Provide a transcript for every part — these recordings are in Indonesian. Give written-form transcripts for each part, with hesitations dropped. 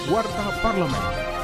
Warta Parlemen.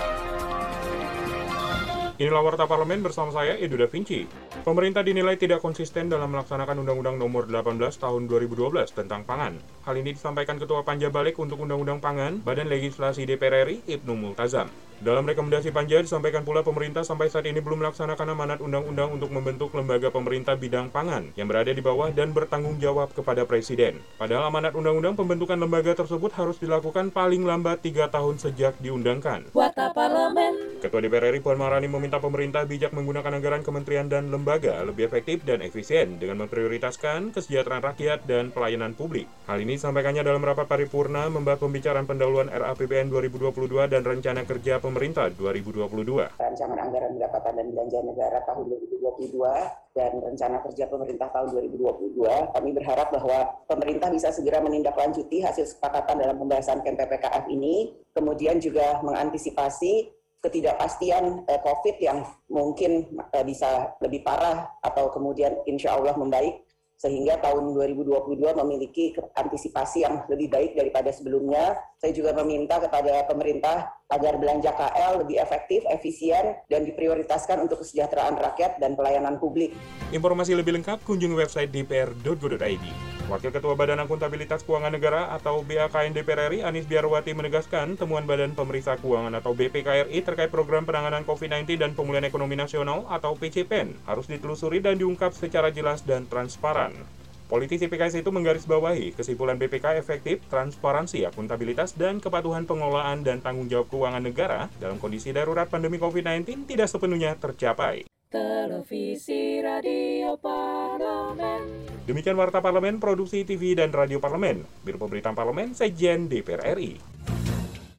Inilah Warta Parlemen bersama saya, Edo Da Vinci. Pemerintah dinilai tidak konsisten dalam melaksanakan Undang-Undang Nomor 18 Tahun 2012 tentang pangan. Hal ini disampaikan Ketua Panja Balik untuk Undang-Undang Pangan, Badan Legislasi DPR RI, Ibnu Multazam. Dalam rekomendasi panja disampaikan pula pemerintah sampai saat ini belum melaksanakan amanat undang-undang untuk membentuk lembaga pemerintah bidang pangan yang berada di bawah dan bertanggung jawab kepada Presiden. Padahal amanat undang-undang pembentukan lembaga tersebut harus dilakukan paling lambat 3 tahun sejak diundangkan. Warta Parlemen. Ketua DPR RI Puan Maharani meminta pemerintah bijak menggunakan anggaran kementerian dan lembaga lebih efektif dan efisien dengan memprioritaskan kesejahteraan rakyat dan pelayanan publik. Hal ini disampaikannya dalam rapat paripurna membahas pembicaraan pendahuluan RAPBN 2022 dan rencana kerja pemerintah 2022. Rancangan anggaran pendapatan dan belanja negara tahun 2022 dan rencana kerja pemerintah tahun 2022, kami berharap bahwa pemerintah bisa segera menindaklanjuti hasil kesepakatan dalam pembahasan KMPPKF ini, kemudian juga mengantisipasi ketidakpastian COVID yang mungkin bisa lebih parah atau kemudian insya Allah membaik, sehingga tahun 2022 memiliki antisipasi yang lebih baik daripada sebelumnya. Saya juga meminta kepada pemerintah agar belanja KL lebih efektif, efisien, dan diprioritaskan untuk kesejahteraan rakyat dan pelayanan publik. Informasi lebih lengkap kunjungi website dpr.go.id. Wakil Ketua Badan Akuntabilitas Keuangan Negara atau BAKN DPR RI, Anis Biarwati menegaskan temuan Badan Pemeriksa Keuangan atau BPKRI terkait program penanganan COVID-19 dan pemulihan ekonomi nasional atau PCPEN harus ditelusuri dan diungkap secara jelas dan transparan. Politisi PKS itu menggarisbawahi kesimpulan BPK efektif, transparansi, akuntabilitas, dan kepatuhan pengelolaan dan tanggung jawab keuangan negara dalam kondisi darurat pandemi COVID-19 tidak sepenuhnya tercapai. Televisi Radio Parlemen. Demikian Warta Parlemen, Produksi TV dan Radio Parlemen, Biro Pemberitaan Parlemen, Sekjen DPR RI.